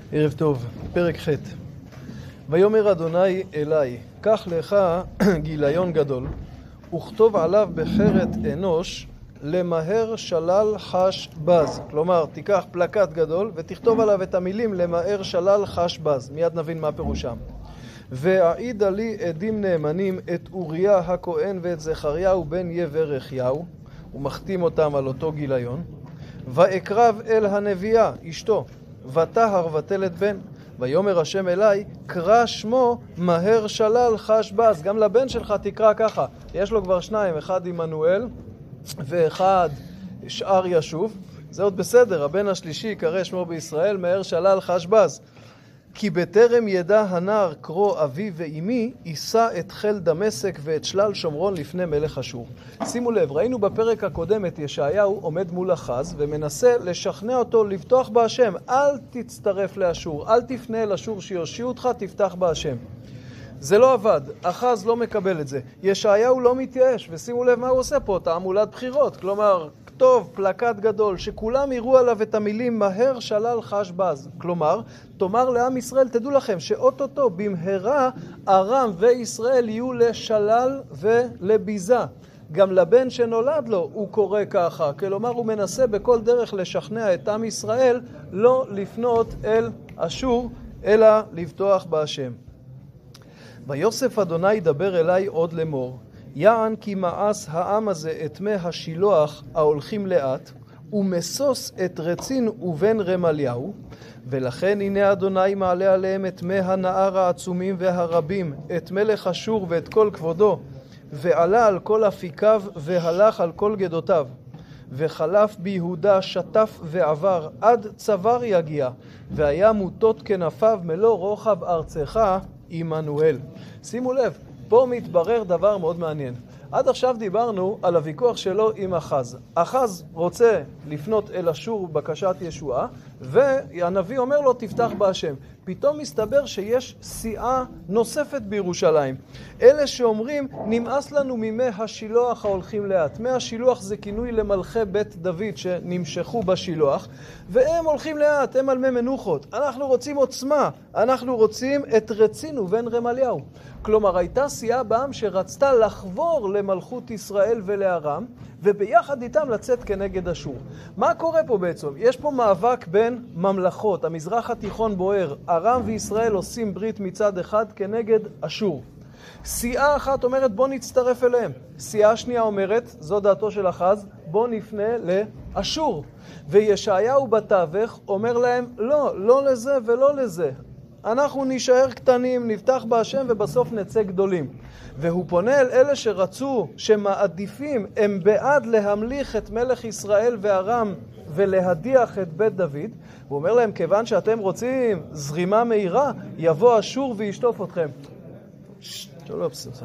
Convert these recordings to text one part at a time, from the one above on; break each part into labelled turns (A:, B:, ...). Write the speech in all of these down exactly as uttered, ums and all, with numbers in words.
A: ערב טוב, פרק ח'. ויאמר אדוני אלי, קח לך גיליון גדול, וכתוב עליו בחרת אנוש, למהר שלל חש בז. כלומר, תיקח פלקט גדול ותכתוב עליו את המילים למהר שלל חש בז. מיד נבין מה פירושם. והעידה לי עדים נאמנים את אוריה הכהן ואת זכריהו בן יברכיהו, ומחתים אותם על אותו גיליון. ואקרב אל הנביאה אשתו, ותהר ותלת בן. ויאמר השם אלי, קרא שמו מהר שלל חש בז. גם לבן שלך תקרא ככה. יש לו כבר שניים, אחד עמנואל ואחד שאר ישוב. זה עוד בסדר, הבן השלישי יקרא שמו בישראל מהר שלל חש בז. כי בטרם ידע הנער קרוא אבי ואימי, יישא את חיל דמשק ואת שלל שומרון לפני מלך אשור. שימו לב, ראינו בפרק הקודם את ישעיהו עומד מול אחז ומנסה לשכנע אותו לבטוח בהשם. אל תצטרף לאשור, אל תפנה אל אשור שיושיעו אותך, תפתח בהשם. זה לא עבד, אחז לא מקבל את זה. ישעיהו לא מתייאש, ושימו לב מה הוא עושה פה, תעמולת בחירות. כלומר, כתוב פלקט גדול, שכולם יראו עליו את המילים מהר שלל חש בז. כלומר, תאמר לעם ישראל, תדעו לכם שאוטוטו במהרה ארם וישראל יהיו לשלל ולביזה. גם לבן שנולד לו הוא קורא ככה. כלומר, הוא מנסה בכל דרך לשכנע את עם ישראל לא לפנות אל אשור, אלא לבטוח בהשם. ויוסף אדוני ידבר אליי עוד לאמור, יען כי מאס העם הזה את מי השילוח ההולכים לאט, ומסוס את רצין ובן רמליהו, ולכן הנה אדוני מעלה עליהם את מי הנער העצומים והרבים, את מלך אשור ואת כל כבודו, ועלה על כל אפיקיו והלך על כל גדותיו, וחלף ביהודה שטף ועבר עד צוואר יגיע, והיה מוטות כנפיו מלוא רוחב ארצך עמנואל. שימו לב, פה מתברר דבר מאוד מעניין. עד עכשיו דיברנו על הוויכוח שלו עם אחז. אחז רוצה לפנות אל אשור בקשת ישועה, והנביא אומר לו תפתח בהשם. פתאום מסתבר שיש סיעה נוספת בירושלים. אלה שאומרים נמאס לנו ממי השילוח ההולכים לאט. מי השילוח זה כינוי למלכי בית דוד שנמשכו בשילוח, והם הולכים לאט, הם על מי מנוחות. אנחנו רוצים עוצמה, אנחנו רוצים את רצין ובן רמליהו. כלומר, הייתה סיעה בעם שרצתה לחבור למלכות ישראל ולארם, וביחד איתם לצאת כנגד אשור. מה קורה פה בעצם? יש פה מאבק בין ממלכות, המזרח התיכון בוער, ארם וישראל עושים ברית מצד אחד כנגד אשור. סיעה אחת אומרת בוא נצטרף אליהם, סיעה שנייה אומרת, זו דעתו של אחז, בוא נפנה לאשור. וישעיהו בתווך אומר להם לא, לא לזה ולא לזה. אנחנו נשאר קטנים, נפתח בהשם ובסוף נצא גדולים. והוא פונה אל אלה שרצו, שמעדיפים, הם בעד להמליך את מלך ישראל וארם ולהדיח את בית דוד. הוא אומר להם, כיוון שאתם רוצים זרימה מהירה, יבוא אשור וישטוף אתכם. שלום, סליחה.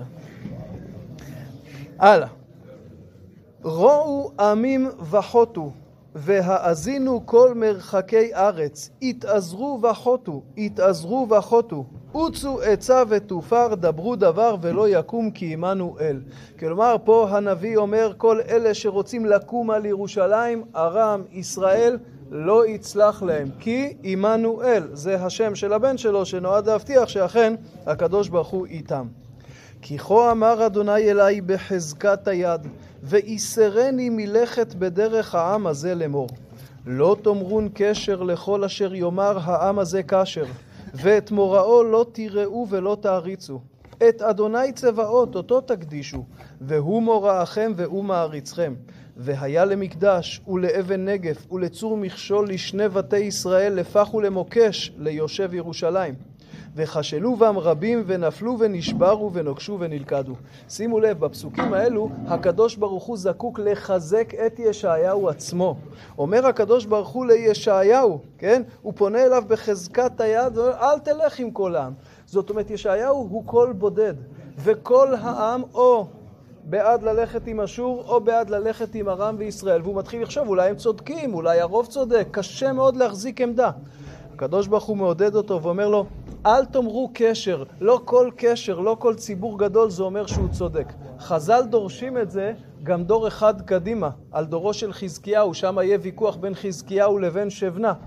A: הלאה. ראו עמים וחוטו, והאזינו כל מרחקי ארץ, התעזרו וחוטו, התעזרו וחוטו, עוצו עצה ותופר, דברו דבר ולא יקום כי עמנו אל. כלומר, פה הנביא אומר, כל אלה שרוצים לקום על ירושלים, ארם, ישראל, לא יצלח להם, כי עמנו אל. זה השם של הבן שלו שנועד להבטיח שאכן הקדוש ברוך הוא איתם. כי כה אמר אדוני אלי בחזקת היד, ואיסרני מלכת בדרך העם הזה לאמור. לא תאמרון קשר לכל אשר יאמר העם הזה קשר, ואת מוראו לא תראו ולא תעריצו. את אדוני צבאות אותו תקדישו, והוא מוראכם והוא מעריצכם. והיה למקדש ולאבן נגף ולצור מכשול לשני בתי ישראל, לפח ולמוקש ליושב ירושלים. וחשלו בם רבים ונפלו ונשברו ונוקשו ונלכדו. שימו לב, בפסוקים האלו הקדוש ברוך הוא זקוק לחזק את ישעיהו עצמו. אומר הקדוש ברוך הוא לישעיהו, כן? הוא פונה אליו בחזקת היד, אל תלך עם כל העם. זאת אומרת, ישעיהו הוא קול בודד, וכל העם או בעד ללכת עם אשור או בעד ללכת עם ארם וישראל. והוא מתחיל לחשוב, אולי הם צודקים, אולי הרוב צודק, קשה מאוד להחזיק עמדה. הקדוש ברוך הוא מעודד אותו ואומר לו, אל תאמרו קשר, לא כל קשר, לא כל ציבור גדול זה אומר שהוא צודק. חז"ל דורשים את זה גם דור אחד קדימה, על דורו של חזקיהו, שם יהיה ויכוח בין חזקיהו לבין שבנה.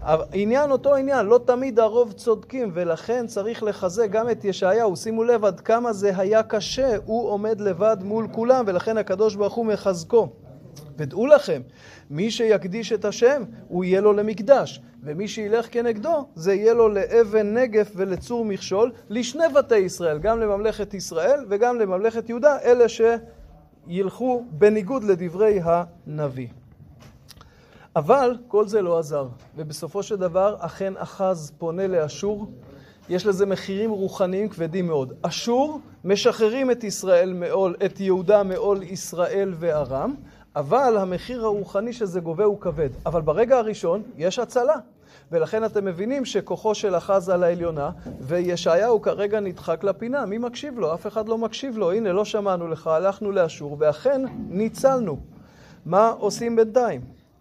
A: העניין אותו עניין, לא תמיד הרוב צודקים, ולכן צריך לחזק גם את ישעיהו. שימו לב עד כמה זה היה קשה, הוא עומד לבד מול כולם, ולכן הקדוש ברוך הוא מחזקו. ודעו לכם, מי שיקדיש את השם, הוא יהיה לו למקדש, ומי שילך כנגדו, זה יהיה לו לאבן נגף ולצור מכשול, לשני בתי ישראל, גם לממלכת ישראל וגם לממלכת יהודה, אלה שילכו בניגוד לדברי הנביא. אבל כל זה לא עזר, ובסופו של דבר אכן אחז פונה לאשור. יש לזה מחירים רוחניים כבדים מאוד. אשור משחררים את ישראל מעול, את יהודה מעול ישראל וארם, אבל המחיר הרוחני שזה גובה הוא כבד. אבל ברגע הראשון יש הצלה, ולכן אתם מבינים שכוחו של אחז על העליונה, וישעיהו כרגע נדחק לפינה. מי מקשיב לו? אף אחד לא מקשיב לו. הנה, לא שמענו לך, הלכנו לאשור, ואכן ניצלנו. מה עושים בינתיים?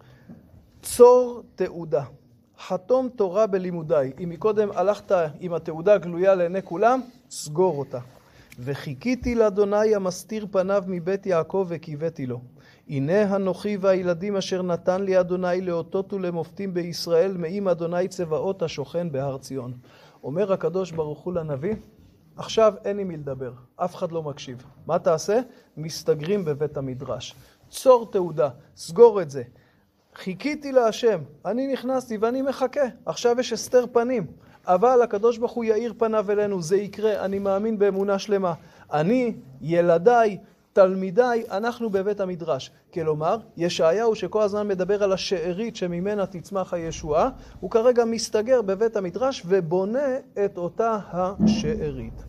A: צור תעודה, חתום תורה בלימודיי. אם מקודם הלכת עם התעודה גלויה לעיני כולם, סגור אותה. וחיכיתי לאדוני המסתיר פניו מבית יעקב וקיוויתי לו. הנה הנוכי והילדים אשר נתן לי אדוני לאותות ולמופתים בישראל, מעם אדוני צבאות השוכן בהר ציון. אומר הקדוש ברוך הוא לנביא, עכשיו אין עם מי לדבר, אף אחד לא מקשיב. מה תעשה? מסתגרים בבית המדרש. צור תעודה, סגור את זה. חיכיתי להשם, אני נכנסתי ואני מחכה, עכשיו יש הסתר פנים, אבל הקדוש ברוך הוא יאיר פניו אלינו, זה יקרה, אני מאמין באמונה שלמה. אני, ילדיי, תלמידיי, אנחנו בבית המדרש. כלומר, ישעיהו שכל הזמן מדבר על השארית שממנה תצמח הישועה, הוא כרגע מסתגר בבית המדרש ובונה את אותה השארית.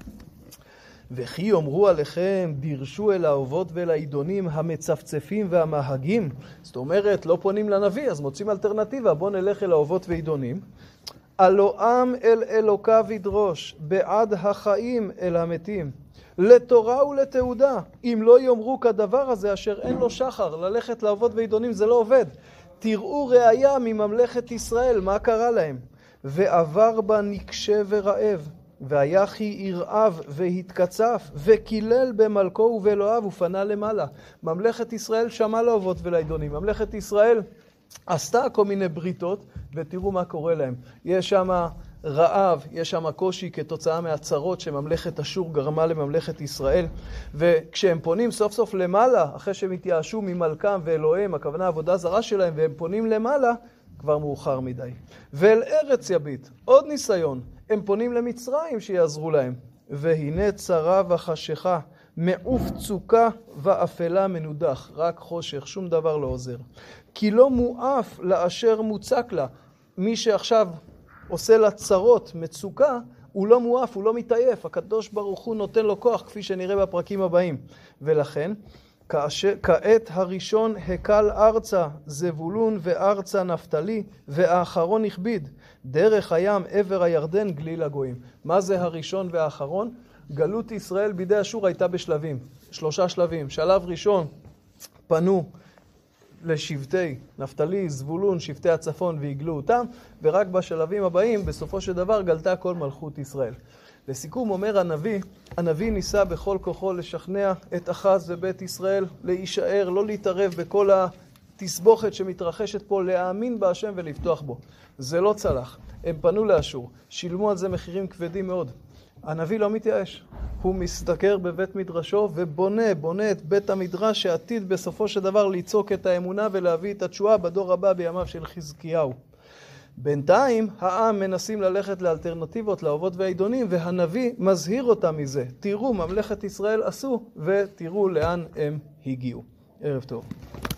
A: וכי יאמרו עליכם, דירשו אל האובות ואל העידונים המצפצפים והמהגים. זאת אומרת, לא פונים לנביא, אז מוצאים אלטרנטיבה, בוא נלך אל האובות ועידונים. הלא עם אל אלוקיו ידרוש, בעד החיים אל המתים. לתורה ולתעודה, אם לא יאמרו כדבר הזה אשר אין לו שחר, ללכת לאובות ועידונים זה לא עובד. תראו ראיה מממלכת ישראל, מה קרה להם? ועבר בה נקשה ורעב. והיה כי ירעב והתקצף וקילל במלכו ובאלוהיו ופנה למעלה. ממלכת ישראל שמעה לאובות ולעידונים. ממלכת ישראל עשתה כל מיני בריתות ותראו מה קורה להם. יש שם רעב, יש שם קושי כתוצאה מהצרות שממלכת אשור גרמה לממלכת ישראל. וכשהם פונים סוף סוף למעלה, אחרי שהם התייאשו ממלכם ואלוהים, הכוונה עבודה זרה שלהם, והם פונים למעלה, כבר מאוחר מדי. ואל ארץ יביט, עוד ניסיון. הם פונים למצרים שיעזרו להם. והנה צרה וחשיכה, מעוף צוקה ואפלה מנודח. רק חושך, שום דבר לא עוזר. כי לא מואף לאשר מוצק לה. מי שעכשיו עושה לה צרות, מצוקה, הוא לא מואף, הוא לא מתעייף. הקדוש ברוך הוא נותן לו כוח, כפי שנראה בפרקים הבאים. ולכן, כאשר, כעת הראשון הקל ארצה, זבולון וארצה נפתלי, והאחרון הכביד, דרך הים עבר הירדן גליל הגויים. מה זה הראשון והאחרון? גלות ישראל בידי אשור הייתה בשלבים, שלושה שלבים. שלב ראשון פנו לשבטי נפתלי, זבולון, שבטי הצפון והגלו אותם, ורק בשלבים הבאים בסופו של דבר גלתה כל מלכות ישראל. לסיכום אומר הנביא, הנביא ניסה בכל כוחו לשכנע את אחז ובית ישראל להישאר, לא להתערב בכל התסבוכת שמתרחשת פה, להאמין בהשם ולפתוח בו. זה לא צלח. הם פנו לאשור, שילמו על זה מחירים כבדים מאוד. הנביא לא מתייאש. הוא מסתכר בבית מדרשו ובונה, בונה את בית המדרש שעתיד בסופו של דבר ליצוק את האמונה ולהביא את התשועה בדור הבא בימיו של חזקיהו. בינתיים העם מנסים ללכת לאלטרנטיבות, לאובות והעידונים, והנביא מזהיר אותם מזה. תראו, ממלכת ישראל עשו, ותראו לאן הם הגיעו. ערב טוב.